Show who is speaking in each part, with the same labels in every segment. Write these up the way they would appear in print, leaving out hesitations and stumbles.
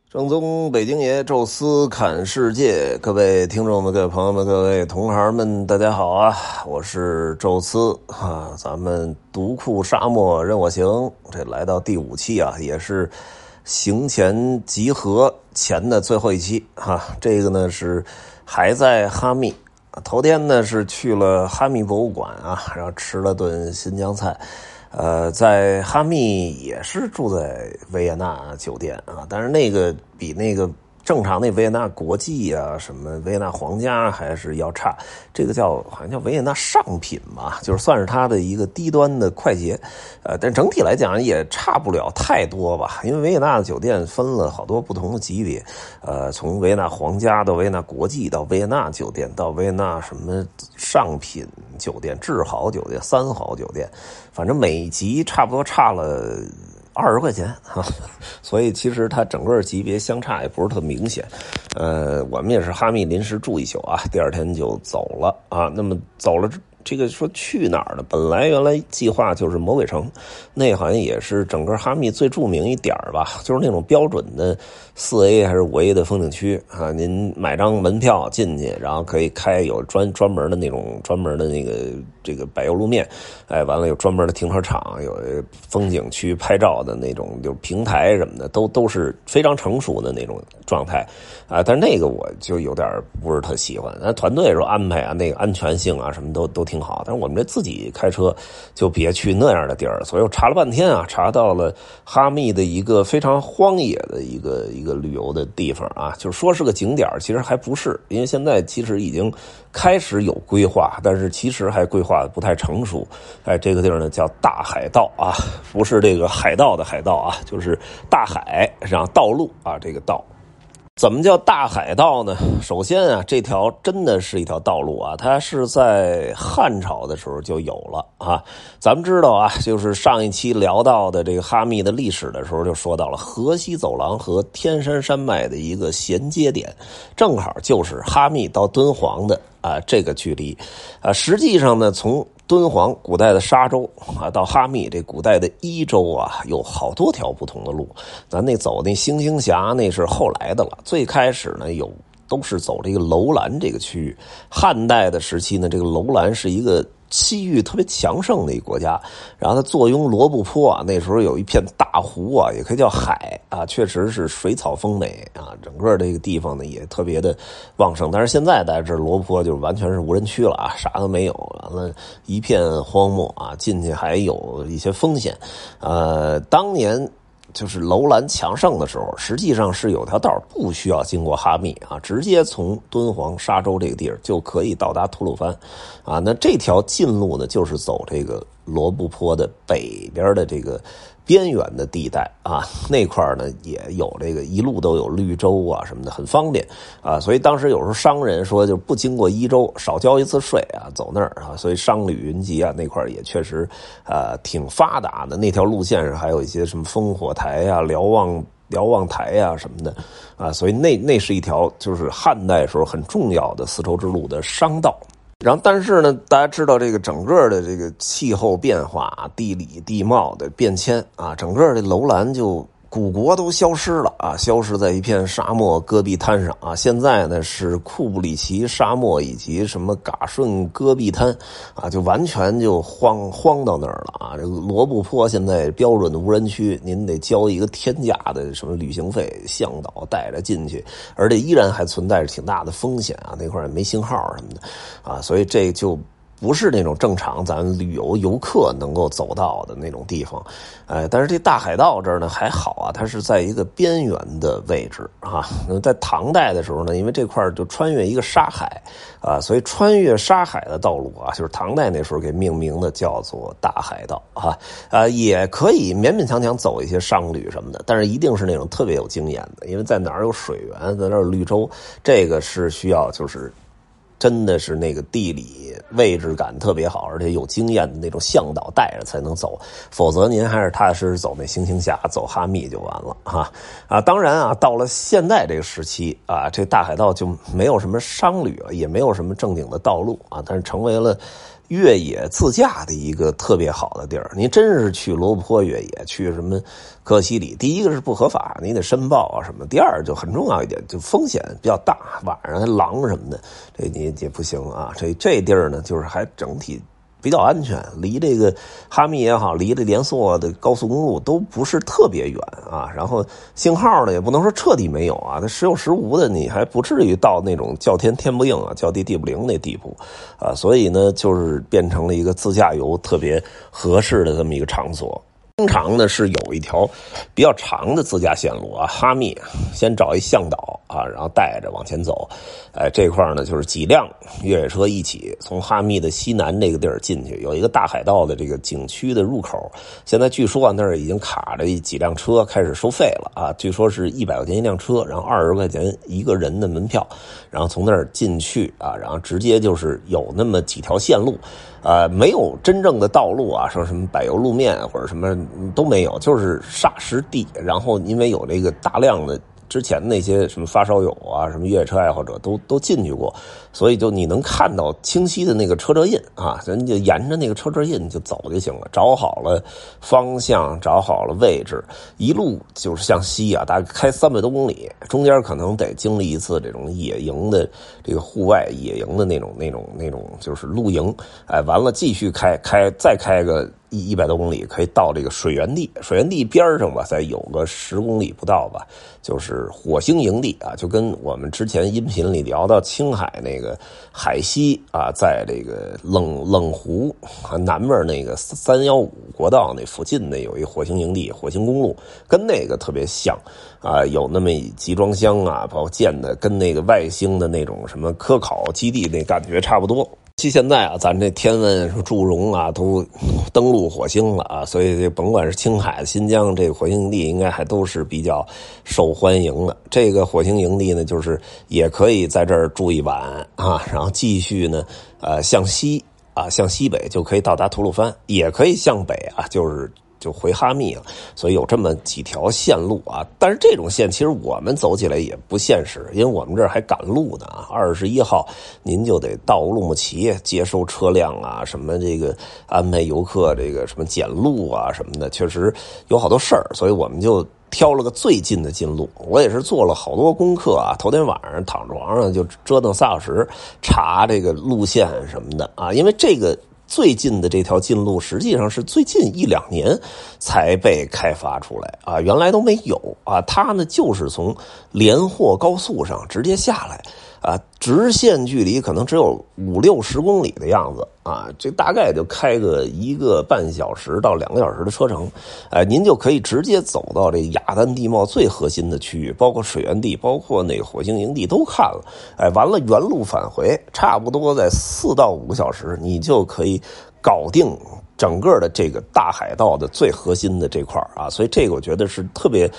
Speaker 1: 正宗北京爷，宙斯侃世界，各位听众们、各位朋友们、各位同行们，大家好啊！我是宙斯啊，咱们独库沙漠任我行，这来到第5期啊，也是行前集合前的最后一期啊。这个呢是还在哈密，头天呢是去了哈密博物馆啊，然后吃了顿新疆菜。在哈密也是住在维也纳酒店啊，但是那个比那个正常那维也纳国际啊，什么维也纳皇家还是要差。这个好像叫维也纳上品吧，就是算是它的一个低端的快捷。但整体来讲也差不了太多吧，因为维也纳的酒店分了好多不同的级别。从维也纳皇家到维也纳国际到维也纳酒店到维也纳什么上品酒店、智豪酒店、三豪酒店，反正每级差不多差了20块钱哈，所以其实它整个级别相差也不是特明显。我们也是哈密临时住一宿啊，第二天就走了啊。那么走了这个说去哪儿呢？本来原来计划就是魔鬼城，那好像也是整个哈密最著名一点吧，就是那种标准的4A 还是5A 的风景区啊。您买张门票进去，然后可以有专门的那种专门的这个柏油路面，完了有专门的停车场，有风景区拍照的那种，就是平台什么的，都是非常成熟的那种状态啊。但是那个我就有点不是特喜欢，那团队说安排啊，那个安全性啊什么都挺好，但是我们这自己开车就别去那样的地儿。所以我查了半天啊，查到了哈密的一个非常荒野的一个旅游的地方啊，就是说是个景点，其实还不是，因为现在其实已经开始有规划，但是其实还规划的不太成熟。这个地儿呢叫大海道啊，不是这个海盗的海盗啊，就是大海上道路啊，这个道。怎么叫大海道呢？首先啊，这条真的是一条道路啊，它是在汉朝的时候就有了啊。咱们知道啊，就是上一期聊到的这个哈密的历史的时候，就说到了河西走廊和天山山脉的一个衔接点，正好就是哈密到敦煌的这个距离啊。实际上呢，从敦煌古代的沙洲啊，到哈密这古代的伊州啊，有好多条不同的路。咱走那星星峡那是后来的了，最开始呢都是走这个楼兰这个区域。汉代的时期呢，这个楼兰是一个西域特别强盛的一个国家，然后它坐拥罗布泊啊，那时候有一片大湖啊，也可以叫海啊，确实是水草丰美啊，整个这个地方呢也特别的旺盛。但是现在在这罗布泊就完全是无人区了啊，啥都没有，完了一片荒漠啊，进去还有一些风险。当年就是楼兰强盛的时候，实际上是有条道不需要经过哈密啊，直接从敦煌沙洲这个地儿就可以到达吐鲁番啊。那这条近路呢，就是走这个罗布泊的北边的这个边缘的地带啊，那块呢也有这个一路都有绿洲啊什么的，很方便啊。所以当时有时候商人说，就不经过伊州少交一次税啊，走那儿啊，所以商旅云集啊，那块也确实挺发达的。那条路线上还有一些什么烽火台啊、瞭望台啊什么的啊，所以那是一条就是汉代时候很重要的丝绸之路的商道。然后，但是呢，大家知道这个整个的这个气候变化、地理地貌的变迁啊，整个的楼兰就古国都消失了啊，消失在一片沙漠戈壁滩上啊。现在呢是库布里奇沙漠以及什么嘎顺戈壁滩啊，就完全就荒到那儿了啊。这个罗布泊现在标准的无人区，您得交一个天价的什么旅行费，向导带着进去，而且依然还存在着挺大的风险啊，那块也没信号什么的啊，所以这就不是那种正常咱旅游客能够走到的那种地方。但是这大海道这儿呢还好啊，它是在一个边缘的位置啊。在唐代的时候呢，因为这块就穿越一个沙海啊，所以穿越沙海的道路啊，就是唐代那时候给命名的，叫做大海道啊。也可以勉勉强强走一些商旅什么的，但是一定是那种特别有经验的，因为在哪儿有水源，在哪儿有绿洲，这个是需要就是真的是那个地理位置感特别好，而且有经验的那种向导带着才能走，否则您还是踏踏实实走那星星峡，走哈密就完了啊。当然啊，到了现在这个时期啊，这大海道就没有什么商旅了，也没有什么正经的道路啊，但是成为了越野自驾的一个特别好的地儿。你真是去罗布泊越野，去什么科西里，第一个是不合法，你得申报啊什么；第二就很重要一点，就风险比较大，晚上还狼什么的，这你也不行啊。这地儿呢，就是还整体比较安全，离这个哈密也好，离这连索的高速公路都不是特别远啊。然后信号呢也不能说彻底没有啊，它时有时无的，你还不至于到那种叫天天不应啊，叫地地不灵那地步啊。所以呢，就是变成了一个自驾游特别合适的这么一个场所。通常呢是有一条比较长的自驾线路啊，哈密先找一向导啊，然后带着往前走。这块呢就是几辆越野车一起从哈密的西南这个地儿进去，有一个大海盗的这个景区的入口。现在据说那儿已经卡着几辆车开始收费了啊，据说是100块钱一辆车，然后20块钱一个人的门票，然后从那儿进去啊，然后直接就是有那么几条线路。没有真正的道路啊，说什么柏油路面或者什么都没有，就是砂石地。然后因为有这个大量的之前那些什么发烧友啊，什么越野车爱好者都进去过，所以就你能看到清晰的那个车辙印啊，咱就沿着那个车辙印就走就行了。找好了方向，找好了位置，一路就是向西啊，大概开300多公里，中间可能得经历一次这种野营的这个户外野营的那种就是露营。完了继续再开个100多公里，可以到这个水源地。水源地边上吧，再有个10公里不到吧，就是火星营地啊，就跟我们之前音频里聊到青海那个海西啊，在这个冷湖南面那个315国道那附近那有一火星营地，火星公路跟那个特别像啊，有那么集装箱啊，包括建的跟那个外星的那种什么科考基地那感觉差不多。现在啊，咱这天文祝融啊都登陆火星了啊，所以这甭管是青海、新疆这个火星营地，应该还都是比较受欢迎的。这个火星营地呢，就是也可以在这儿住一晚啊，然后继续呢，向西北就可以到达吐鲁番，也可以向北啊，就回哈密了。所以有这么几条线路啊，但是这种线其实我们走起来也不现实，因为我们这儿还赶路呢啊。21号您就得到乌鲁木齐接收车辆啊，什么这个安排游客这个什么检路啊什么的，确实有好多事儿，所以我们就挑了个最近的近路。我也是做了好多功课啊，头天晚上躺床上就折腾3小时查这个路线什么的啊，因为这个最近的这条近路实际上是最近1-2年才被开发出来啊，原来都没有啊。它呢就是从连霍高速上直接下来啊，直线距离可能只有50-60公里的样子啊，这大概就开个1个半小时到2个小时的车程，您就可以直接走到这雅丹地貌最核心的区域，包括水源地，包括那个火星营地都看了，完了原路返回，差不多在4到5个小时，你就可以搞定整个的这个大海盗的最核心的这块啊，所以这个我觉得是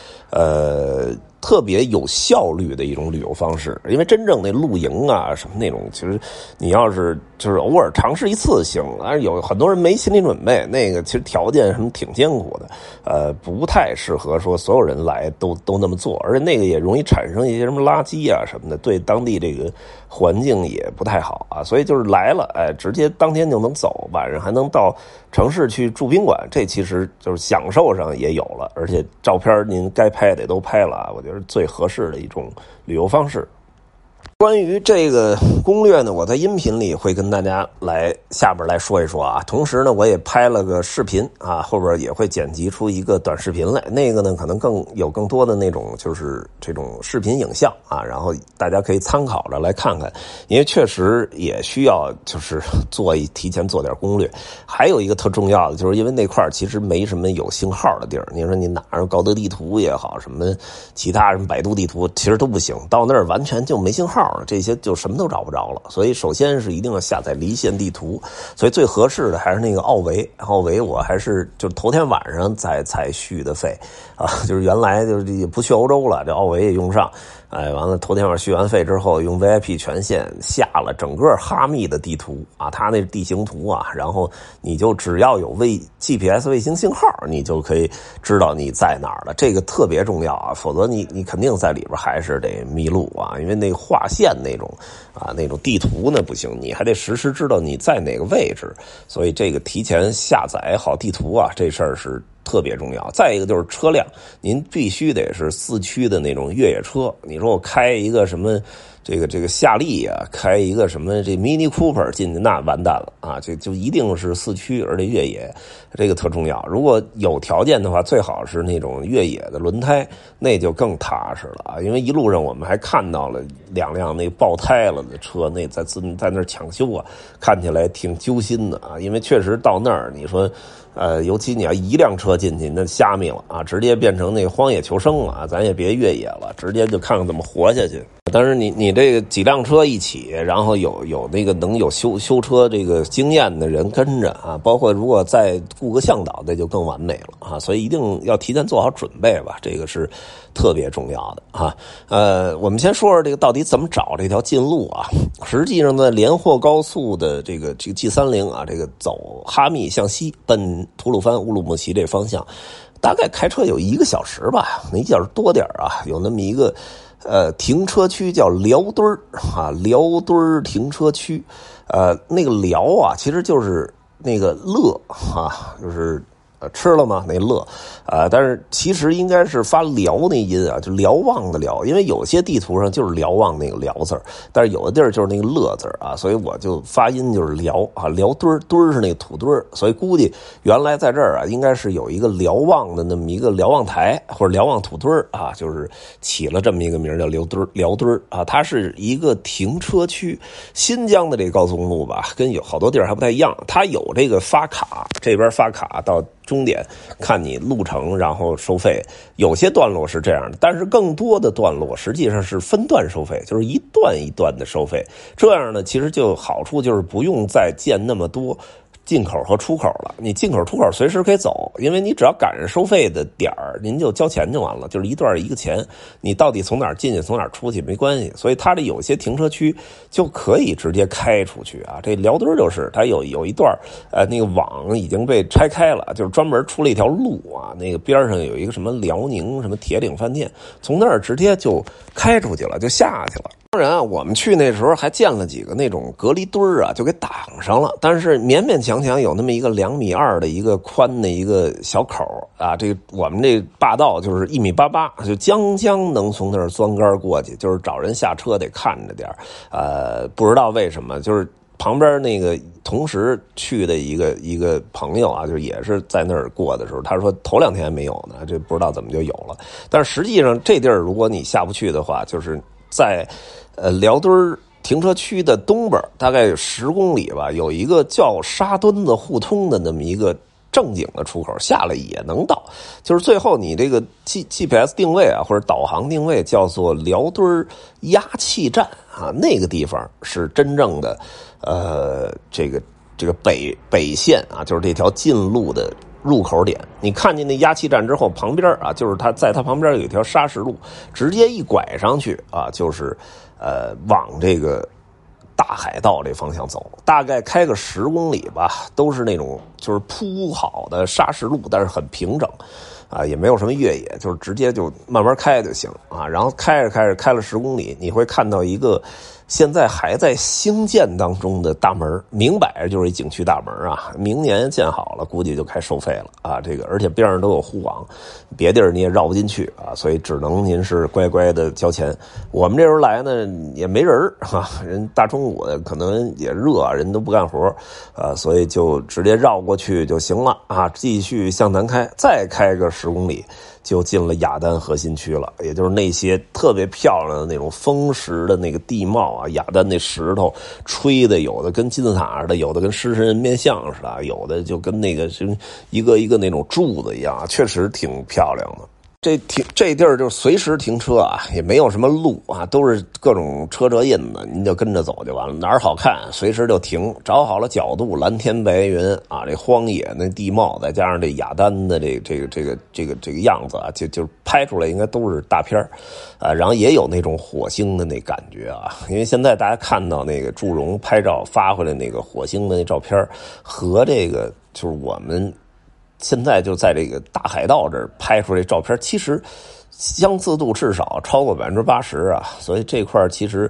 Speaker 1: 特别有效率的一种旅游方式。因为真正那露营啊什么那种，其实你要是就是偶尔尝试一次行，但是有很多人没心理准备，那个其实条件什么挺艰苦的，不太适合说所有人来都那么做，而且那个也容易产生一些什么垃圾啊什么的，对当地这个环境也不太好啊。所以就是来了，直接当天就能走，晚上还能到城市去住宾馆，这其实就是享受上也有了，而且照片您该拍的也都拍了，我觉得最合适的一种旅游方式。关于这个攻略呢，我在音频里会跟大家下边来说一说啊。同时呢，我也拍了个视频啊，后边也会剪辑出一个短视频来。那个呢，可能更多的那种就是这种视频影像啊，然后大家可以参考着来看看，因为确实也需要就是提前做点攻略。还有一个特重要的，就是因为那块其实没什么有信号的地儿，你说你哪儿高德地图也好，什么其他什么百度地图，其实都不行，到那儿完全就没信号。这些就什么都找不着了，所以首先是一定要下载离线地图，所以最合适的还是那个奥维，我还是就头天晚上才续的费啊，就是原来就是也不去欧洲了，这奥维也用不上，完了头天晚上续完费之后，用 VIP 权限下了整个哈密的地图啊，它那地形图啊，然后你就只要有GPS 卫星信号，你就可以知道你在哪儿了，这个特别重要啊，否则你肯定在里边还是得迷路啊，因为那个画线线那种地图呢不行，你还得实时知道你在哪个位置，所以这个提前下载好地图啊，这事儿是特别重要。再一个就是车辆，您必须得是4驱的那种越野车。你说我开一个什么这个夏利啊，开一个什么这 Mini Cooper 进去，那完蛋了啊！这就一定是4驱，而且越野，这个特重要。如果有条件的话，最好是那种越野的轮胎，那就更踏实了啊！因为一路上我们还看到了2辆那爆胎了的车，那在那儿抢修啊，看起来挺揪心的啊！因为确实到那儿，你说。尤其你要一辆车进去，那虾米了啊，直接变成那个荒野求生了啊，咱也别越野了，直接就看看怎么活下去。但是你这个几辆车一起，然后有那个能有修车这个经验的人跟着啊，包括如果再雇个向导，那就更完美了啊。所以一定要提前做好准备吧，这个是特别重要的啊。我们先说说这个到底怎么找这条近路啊。实际上呢，连霍高速的这个 G30啊，这个走哈密向西奔吐鲁番乌鲁木齐这方向，大概开车有1个小时吧，那1小时多点啊，有那么一个停车区叫辽墩啊，辽墩停车区，那个辽啊，其实就是那个乐啊，就是吃了吗？那乐但是其实应该是发辽那音啊，就瞭望的辽，因为有些地图上就是瞭望那个辽字儿，但是有的地儿就是那个乐字啊，所以我就发音就是辽啊，辽墩儿，墩儿是那个土墩儿，所以估计原来在这儿啊，应该是有一个瞭望的那么一个瞭望台或者瞭望土墩儿啊，就是起了这么一个名叫辽墩儿啊，它是一个停车区。新疆的这个高速公路吧，跟有好多地儿还不太一样，它有这个发卡，这边发卡到终点看你路程，然后收费。有些段落是这样的，但是更多的段落实际上是分段收费，就是一段一段的收费。这样呢，其实就好处就是不用再建那么多进口和出口了，你进口出口随时可以走，因为你只要赶上收费的点儿，您就交钱就完了，就是一段一个钱，你到底从哪儿进去从哪儿出去没关系。所以它这有些停车区就可以直接开出去啊。这辽墩就是它有一段那个网已经被拆开了，就是专门出了一条路啊，那个边上有一个什么辽宁什么铁岭饭店，从那儿直接就开出去了，就下去了。当然啊，我们去那时候还建了几个那种隔离墩儿啊，就给挡上了。但是勉勉强强有那么一个2.2米的一个宽的一个小口啊，这个我们这霸道就是1.88米，就将能从那儿钻杆过去，就是找人下车得看着点不知道为什么，就是旁边那个同时去的一个朋友啊，就是也是在那儿过的时候，他说头2天还没有呢，这不知道怎么就有了。但是实际上这地儿如果你下不去的话，就是在辽墩停车区的东边大概有10公里吧，有一个叫沙墩子互通的那么一个正经的出口，下来也能到。就是最后你这个 GPS 定位啊，或者导航定位叫做辽墩压气站啊，那个地方是真正的这个北线啊，就是这条近路的入口点。你看见那压气站之后，旁边啊，就是它旁边有一条砂石路，直接一拐上去啊，就是往这个大海道这方向走，大概开个10公里吧，都是那种就是铺好的砂石路，但是很平整啊，也没有什么越野，就是直接就慢慢开就行啊。然后开了10公里，你会看到一个现在还在兴建当中的大门，明摆着就是一景区大门啊，明年建好了，估计就开收费了啊。这个而且边上都有护网，别地儿你也绕不进去啊，所以只能您是乖乖的交钱。我们这时候来呢也没人啊，人大中午的可能也热啊，人都不干活所以就直接绕过去就行了啊，继续向南开，再开个10公里。就进了雅丹核心区了，也就是那些特别漂亮的那种风蚀的那个地貌啊，雅丹那石头吹的有的跟金字塔似的，有的跟狮身人面像似的，有的就跟那个一个那种柱子一样，确实挺漂亮的。这地儿就随时停车啊，也没有什么路啊，都是各种车辙印子，您就跟着走就完了。哪儿好看随时就停，找好了角度，蓝天白云啊，这荒野那地貌，再加上这雅丹的这个样子啊，就拍出来应该都是大片然后也有那种火星的那感觉啊，因为现在大家看到那个祝融拍照发回来那个火星的那照片和这个就是我们现在就在这个大海道这儿拍出来照片，其实相似度至少超过80%啊，所以这块其实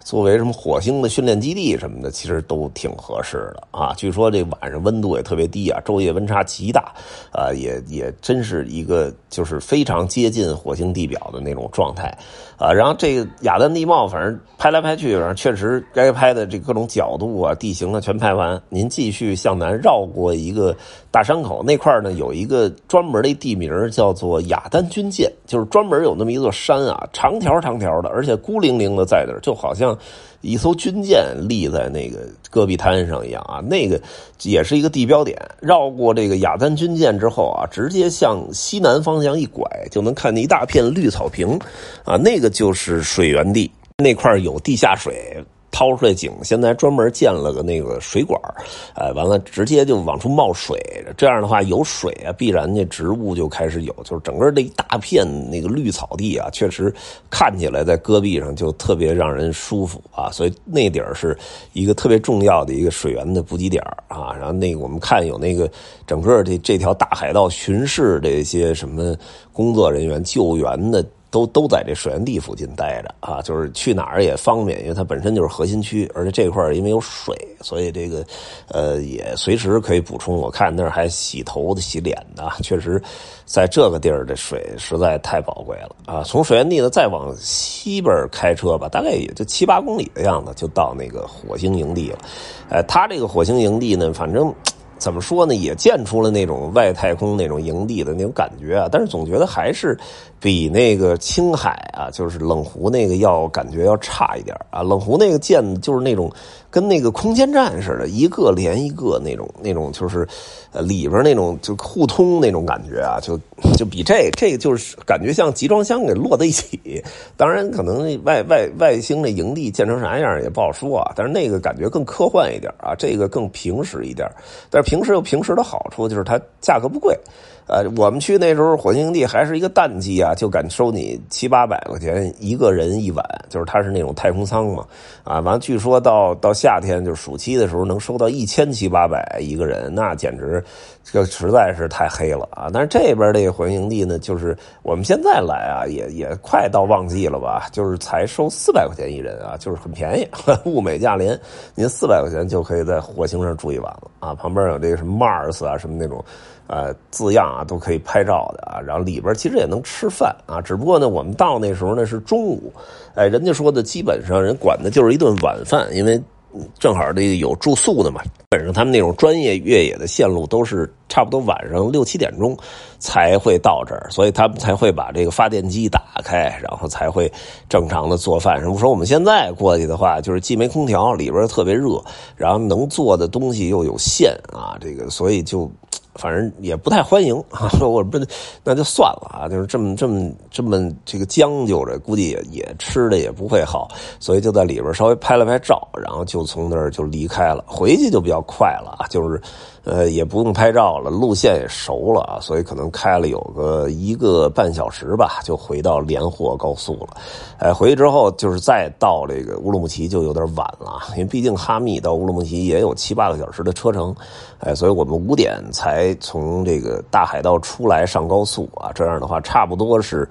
Speaker 1: 作为什么火星的训练基地什么的，其实都挺合适的啊。据说这晚上温度也特别低啊，昼夜温差极大啊，也真是一个就是非常接近火星地表的那种状态啊。然后这个雅丹地貌，反正拍来拍去，反正确实该拍的这各种角度啊、地形啊全拍完。您继续向南绕过一个大山口，那块呢有一个专门的地名叫做雅丹军舰，就是专门有那么一座山啊，长条的，而且孤零零的在那儿，就好像一艘军舰立在那个戈壁滩上一样啊。那个也是一个地标点。绕过这个雅丹军舰之后啊，直接向西南方向一拐，就能看见一大片绿草坪啊，那个就是水源地，那块有地下水掏出来井，现在专门建了个那个水管，完了直接就往出冒水。这样的话有水啊，必然那植物就开始有，就是整个这一大片那个绿草地啊，确实看起来在戈壁上就特别让人舒服啊。所以那地儿是一个特别重要的一个水源的补给点啊。然后那个我们看有那个整个这条大海道巡视这些什么工作人员救援的。都在这水源地附近待着啊，就是去哪儿也方便，因为它本身就是核心区，而且这块因为有水，所以这个也随时可以补充。我看那儿还洗头的、洗脸的，确实在这个地儿这水实在太宝贵了啊。从水源地呢再往西边开车吧，大概也就7-8公里的样子，就到那个火星营地了。它这个火星营地呢，反正。怎么说呢，也建出了那种外太空那种营地的那种感觉啊，但是总觉得还是比那个青海啊，就是冷湖那个感觉要差一点啊。冷湖那个建就是那种跟那个空间站似的，一个连一个那种就是里边那种就互通那种感觉啊，就比这个就是感觉像集装箱给摞在一起。当然可能外星的营地建成啥样也不好说啊，但是那个感觉更科幻一点啊，这个更平实一点。但是平时有平时的好处，就是它价格不贵。我们去那时候火星营地还是一个淡季啊，就敢收你700-800块钱一个人一晚，就是它是那种太空舱嘛，啊，完了据说到夏天就是暑期的时候能收到1700-800一个人，那简直这个实在是太黑了啊！但是这边这个火星营地呢，就是我们现在来啊，也快到旺季了吧，就是才收400块钱一人啊，就是很便宜，物美价廉，您400块钱就可以在火星上住一晚了啊！旁边有这个什么 Mars 啊什么那种。字样啊都可以拍照的啊，然后里边其实也能吃饭啊，只不过呢我们到那时候呢是中午，人家说的基本上人管的就是一顿晚饭，因为正好这个有住宿的嘛，本身他们那种专业越野的线路都是差不多晚上6-7点钟才会到这儿，所以他们才会把这个发电机打开，然后才会正常的做饭。什么说我们现在过去的话，就是既没空调，里边特别热，然后能做的东西又有限啊，这个所以就。反正也不太欢迎啊，说我不那就算了啊，就是这么这个将就着，估计也吃的也不会好，所以就在里边稍微拍了拍照，然后就从那儿就离开了，回去就比较快了啊，就是也不用拍照了，路线也熟了啊，所以可能开了有个1个半小时吧，就回到连霍高速了。回去之后就是再到这个乌鲁木齐就有点晚了，因为毕竟哈密到乌鲁木齐也有7-8个小时的车程，所以我们5点才从这个大海道出来上高速啊，这样的话差不多是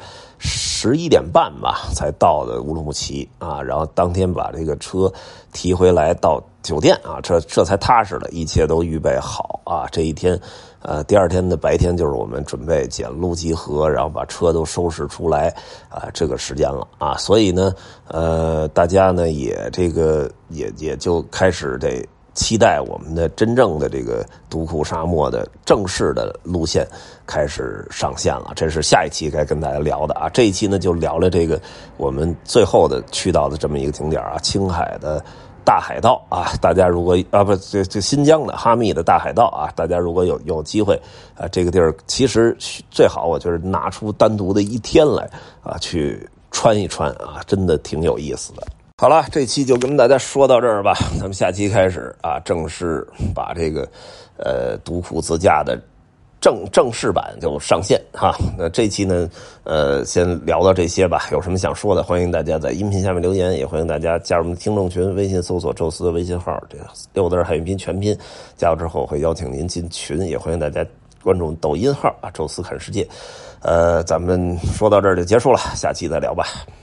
Speaker 1: 11点半吧才到的乌鲁木齐啊，然后当天把这个车提回来到酒店啊，这才踏实了，一切都预备好啊。这一天第二天的白天就是我们准备检录集合，然后把车都收拾出来啊，这个时间了啊，所以呢大家呢也这个也就开始得期待我们的真正的这个独库沙漠的正式的路线开始上线了，这是下一期该跟大家聊的啊。这一期呢就聊了这个我们最后的去到的这么一个景点啊，青海的大海道啊，大家如果这新疆的哈密的大海道啊，大家如果有机会啊，这个地儿其实最好我觉得拿出单独的一天来啊去穿一穿啊，真的挺有意思的。好了，这期就跟大家说到这儿吧，咱们下期开始啊，正式把这个独库自驾的正式版就上线哈。那这期呢先聊到这些吧，有什么想说的欢迎大家在音频下面留言，也欢迎大家加入我们的听众群，微信搜索宙斯的微信号，这个6字汉语拼全拼，加入之后会邀请您进群，也欢迎大家关注抖音号啊，宙斯看世界。咱们说到这儿就结束了，下期再聊吧。